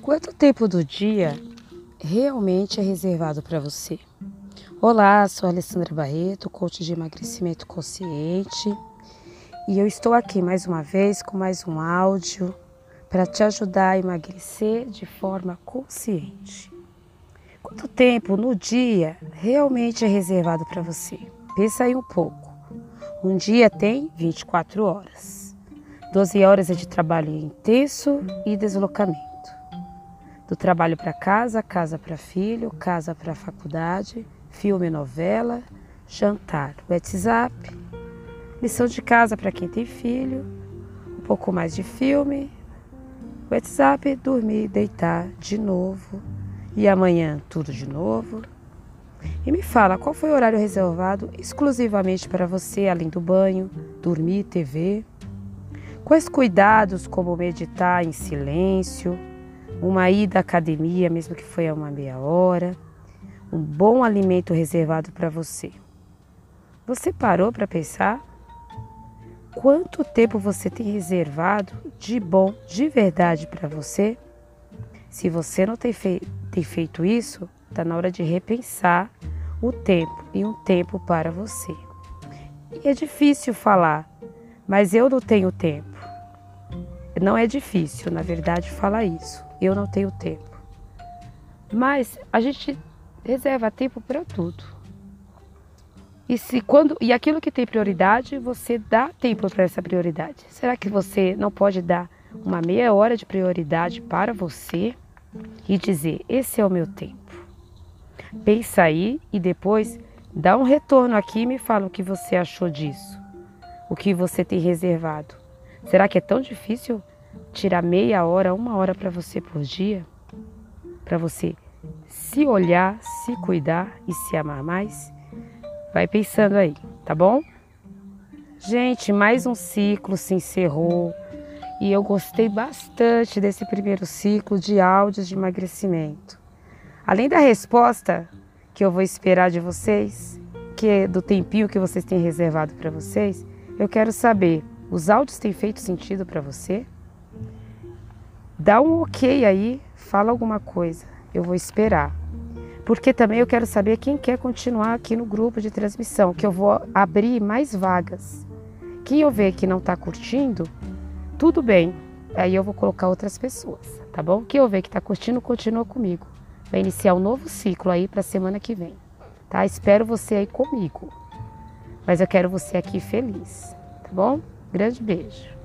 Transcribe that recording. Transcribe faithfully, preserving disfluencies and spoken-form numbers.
Quanto tempo do dia realmente é reservado para você? Olá, sou a Alessandra Barreto, coach de emagrecimento consciente, e eu estou aqui mais uma vez com mais um áudio para te ajudar a emagrecer de forma consciente. Quanto tempo no dia realmente é reservado para você? Pensa aí um pouco. Um dia tem vinte e quatro horas. doze horas é de trabalho intenso e deslocamento. Do trabalho para casa, casa para filho, casa para faculdade, filme, novela, jantar, WhatsApp, lição de casa para quem tem filho, um pouco mais de filme, WhatsApp, dormir, deitar de novo e amanhã tudo de novo. E me fala, qual foi o horário reservado exclusivamente para você, além do banho, dormir, T V? Quais cuidados, como meditar em silêncio, uma ida à academia, mesmo que foi a uma meia hora, um bom alimento reservado para você? Você parou para pensar? Quanto tempo você tem reservado de bom, de verdade para você? Se você não tem, fei- tem feito isso, está na hora de repensar o tempo e um tempo para você. E é difícil falar, mas eu não tenho tempo. Não é difícil, na verdade, falar isso. Eu não tenho tempo. Mas a gente reserva tempo para tudo. E, se quando, e aquilo que tem prioridade, você dá tempo para essa prioridade. Será que você não pode dar uma meia hora de prioridade para você e dizer, esse é o meu tempo? Pensa aí e depois dá um retorno aqui e me fala o que você achou disso. O que você tem reservado. Será que é tão difícil tirar meia hora, uma hora para você por dia? Para você se olhar, se cuidar e se amar mais? Vai pensando aí, tá bom? Gente, mais um ciclo se encerrou e eu gostei bastante desse primeiro ciclo de áudios de emagrecimento. Além da resposta que eu vou esperar de vocês, que é do tempinho que vocês têm reservado para vocês, eu quero saber, os áudios têm feito sentido para você? Dá um ok aí, fala alguma coisa, eu vou esperar. Porque também eu quero saber quem quer continuar aqui no grupo de transmissão, que eu vou abrir mais vagas. Quem eu ver que não está curtindo, tudo bem, aí eu vou colocar outras pessoas, tá bom? Quem eu ver que está curtindo, continua comigo. Vai iniciar um novo ciclo aí para a semana que vem, tá? Espero você aí comigo, mas eu quero você aqui feliz, tá bom? Grande beijo.